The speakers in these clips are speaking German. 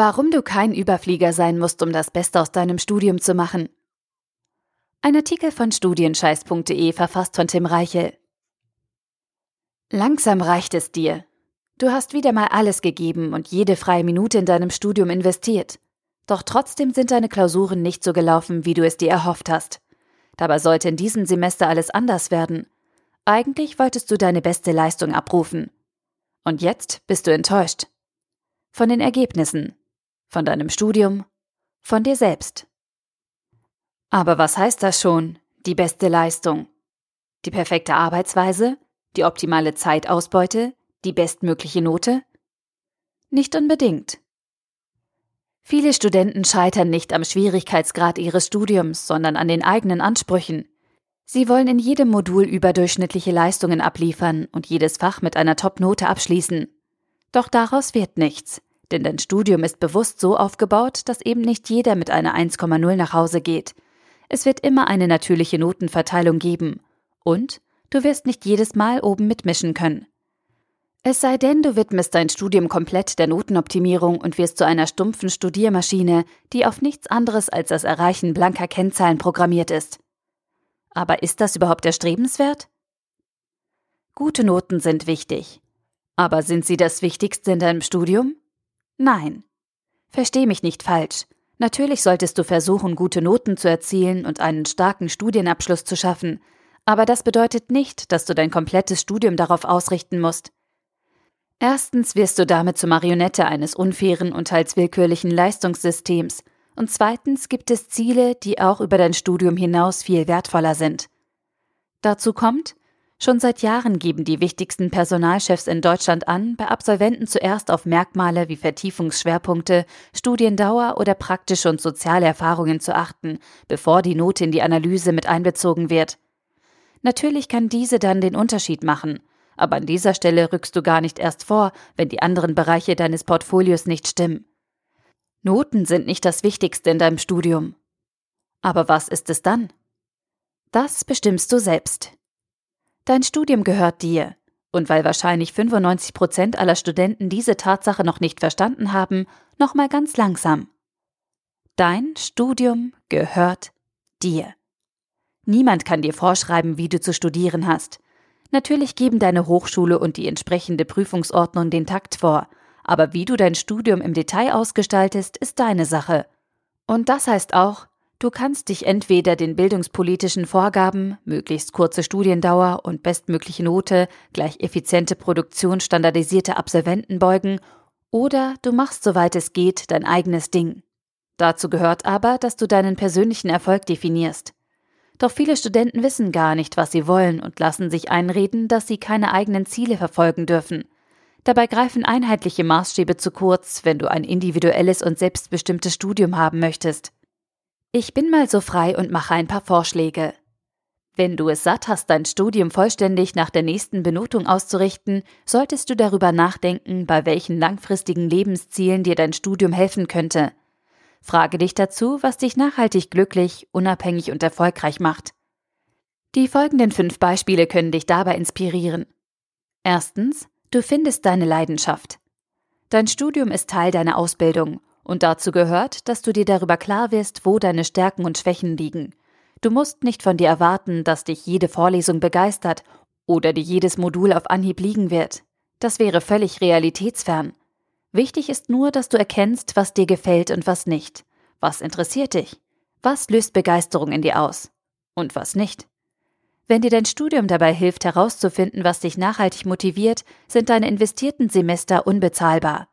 Warum du kein Überflieger sein musst, um das Beste aus deinem Studium zu machen. Ein Artikel von studienscheiß.de, verfasst von Tim Reichel. Langsam reicht es dir. Du hast wieder mal alles gegeben und jede freie Minute in deinem Studium investiert. Doch trotzdem sind deine Klausuren nicht so gelaufen, wie du es dir erhofft hast. Dabei sollte in diesem Semester alles anders werden. Eigentlich wolltest du deine beste Leistung abrufen. Und jetzt bist du enttäuscht. Von den Ergebnissen, von deinem Studium, von dir selbst. Aber was heißt das schon, die beste Leistung? Die perfekte Arbeitsweise? Die optimale Zeitausbeute? Die bestmögliche Note? Nicht unbedingt. Viele Studenten scheitern nicht am Schwierigkeitsgrad ihres Studiums, sondern an den eigenen Ansprüchen. Sie wollen in jedem Modul überdurchschnittliche Leistungen abliefern und jedes Fach mit einer Top-Note abschließen. Doch daraus wird nichts, denn dein Studium ist bewusst so aufgebaut, dass eben nicht jeder mit einer 1,0 nach Hause geht. Es wird immer eine natürliche Notenverteilung geben. Und du wirst nicht jedes Mal oben mitmischen können. Es sei denn, du widmest dein Studium komplett der Notenoptimierung und wirst zu einer stumpfen Studiermaschine, die auf nichts anderes als das Erreichen blanker Kennzahlen programmiert ist. Aber ist das überhaupt erstrebenswert? Gute Noten sind wichtig. Aber sind sie das Wichtigste in deinem Studium? Nein. Versteh mich nicht falsch. Natürlich solltest du versuchen, gute Noten zu erzielen und einen starken Studienabschluss zu schaffen. Aber das bedeutet nicht, dass du dein komplettes Studium darauf ausrichten musst. Erstens wirst du damit zur Marionette eines unfairen und teils willkürlichen Leistungssystems. Und zweitens gibt es Ziele, die auch über dein Studium hinaus viel wertvoller sind. Dazu kommt, schon seit Jahren geben die wichtigsten Personalchefs in Deutschland an, bei Absolventen zuerst auf Merkmale wie Vertiefungsschwerpunkte, Studiendauer oder praktische und soziale Erfahrungen zu achten, bevor die Note in die Analyse mit einbezogen wird. Natürlich kann diese dann den Unterschied machen, aber an dieser Stelle rückst du gar nicht erst vor, wenn die anderen Bereiche deines Portfolios nicht stimmen. Noten sind nicht das Wichtigste in deinem Studium. Aber was ist es dann? Das bestimmst du selbst. Dein Studium gehört dir. Und weil wahrscheinlich 95% aller Studenten diese Tatsache noch nicht verstanden haben, nochmal ganz langsam. Dein Studium gehört dir. Niemand kann dir vorschreiben, wie du zu studieren hast. Natürlich geben deine Hochschule und die entsprechende Prüfungsordnung den Takt vor, aber wie du dein Studium im Detail ausgestaltest, ist deine Sache. Und das heißt auch, du kannst dich entweder den bildungspolitischen Vorgaben, möglichst kurze Studiendauer und bestmögliche Note, gleich effiziente Produktion standardisierter Absolventen beugen, oder du machst, soweit es geht, dein eigenes Ding. Dazu gehört aber, dass du deinen persönlichen Erfolg definierst. Doch viele Studenten wissen gar nicht, was sie wollen und lassen sich einreden, dass sie keine eigenen Ziele verfolgen dürfen. Dabei greifen einheitliche Maßstäbe zu kurz, wenn du ein individuelles und selbstbestimmtes Studium haben möchtest. Ich bin mal so frei und mache ein paar Vorschläge. Wenn du es satt hast, dein Studium vollständig nach der nächsten Benotung auszurichten, solltest du darüber nachdenken, bei welchen langfristigen Lebenszielen dir dein Studium helfen könnte. Frage dich dazu, was dich nachhaltig glücklich, unabhängig und erfolgreich macht. Die folgenden 5 Beispiele können dich dabei inspirieren. Erstens, du findest deine Leidenschaft. Dein Studium ist Teil deiner Ausbildung und dazu gehört, dass du dir darüber klar wirst, wo deine Stärken und Schwächen liegen. Du musst nicht von dir erwarten, dass dich jede Vorlesung begeistert oder dir jedes Modul auf Anhieb liegen wird. Das wäre völlig realitätsfern. Wichtig ist nur, dass du erkennst, was dir gefällt und was nicht. Was interessiert dich? Was löst Begeisterung in dir aus? Und was nicht? Wenn dir dein Studium dabei hilft, herauszufinden, was dich nachhaltig motiviert, sind deine investierten Semester unbezahlbar.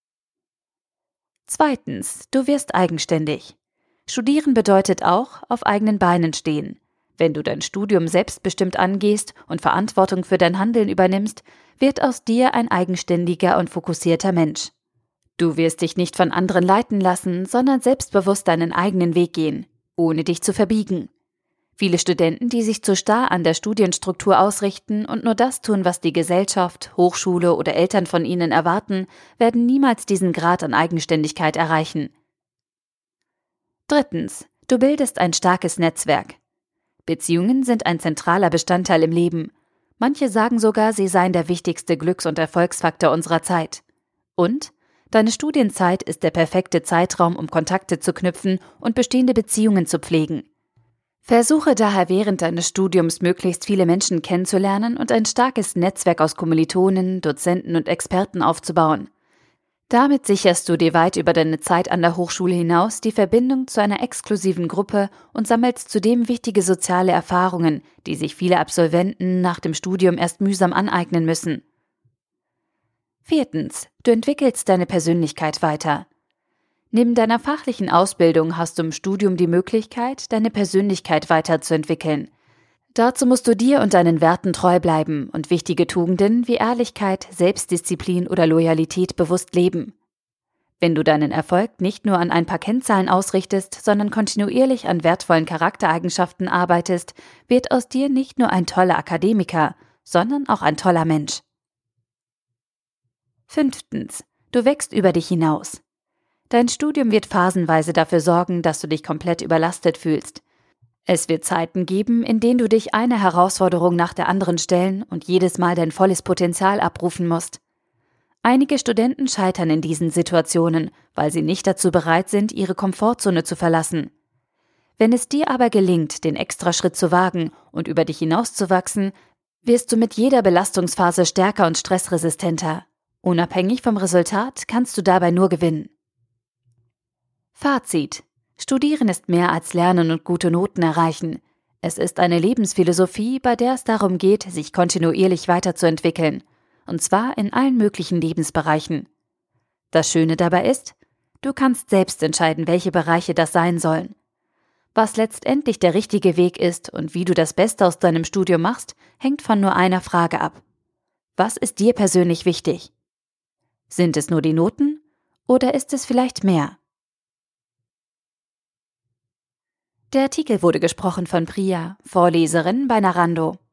Zweitens, du wirst eigenständig. Studieren bedeutet auch, auf eigenen Beinen stehen. Wenn du dein Studium selbstbestimmt angehst und Verantwortung für dein Handeln übernimmst, wird aus dir ein eigenständiger und fokussierter Mensch. Du wirst dich nicht von anderen leiten lassen, sondern selbstbewusst deinen eigenen Weg gehen, ohne dich zu verbiegen. Viele Studenten, die sich zu starr an der Studienstruktur ausrichten und nur das tun, was die Gesellschaft, Hochschule oder Eltern von ihnen erwarten, werden niemals diesen Grad an Eigenständigkeit erreichen. Drittens, du bildest ein starkes Netzwerk. Beziehungen sind ein zentraler Bestandteil im Leben. Manche sagen sogar, sie seien der wichtigste Glücks- und Erfolgsfaktor unserer Zeit. Und Deine Studienzeit ist der perfekte Zeitraum, um Kontakte zu knüpfen und bestehende Beziehungen zu pflegen. Versuche daher während deines Studiums möglichst viele Menschen kennenzulernen und ein starkes Netzwerk aus Kommilitonen, Dozenten und Experten aufzubauen. Damit sicherst du dir weit über deine Zeit an der Hochschule hinaus die Verbindung zu einer exklusiven Gruppe und sammelst zudem wichtige soziale Erfahrungen, die sich viele Absolventen nach dem Studium erst mühsam aneignen müssen. 4. Du entwickelst deine Persönlichkeit weiter. Neben deiner fachlichen Ausbildung hast du im Studium die Möglichkeit, deine Persönlichkeit weiterzuentwickeln. Dazu musst du dir und deinen Werten treu bleiben und wichtige Tugenden wie Ehrlichkeit, Selbstdisziplin oder Loyalität bewusst leben. Wenn du deinen Erfolg nicht nur an ein paar Kennzahlen ausrichtest, sondern kontinuierlich an wertvollen Charaktereigenschaften arbeitest, wird aus dir nicht nur ein toller Akademiker, sondern auch ein toller Mensch. 5. Du wächst über dich hinaus. Dein Studium wird phasenweise dafür sorgen, dass du dich komplett überlastet fühlst. Es wird Zeiten geben, in denen du dich eine Herausforderung nach der anderen stellen und jedes Mal dein volles Potenzial abrufen musst. Einige Studenten scheitern in diesen Situationen, weil sie nicht dazu bereit sind, ihre Komfortzone zu verlassen. Wenn es dir aber gelingt, den Extraschritt zu wagen und über dich hinauszuwachsen, wirst du mit jeder Belastungsphase stärker und stressresistenter. Unabhängig vom Resultat kannst du dabei nur gewinnen. Fazit: Studieren ist mehr als Lernen und gute Noten erreichen. Es ist eine Lebensphilosophie, bei der es darum geht, sich kontinuierlich weiterzuentwickeln. Und zwar in allen möglichen Lebensbereichen. Das Schöne dabei ist, du kannst selbst entscheiden, welche Bereiche das sein sollen. Was letztendlich der richtige Weg ist und wie du das Beste aus deinem Studium machst, hängt von nur einer Frage ab. Was ist dir persönlich wichtig? Sind es nur die Noten oder ist es vielleicht mehr? Der Artikel wurde gesprochen von Priya, Vorleserin bei Narando.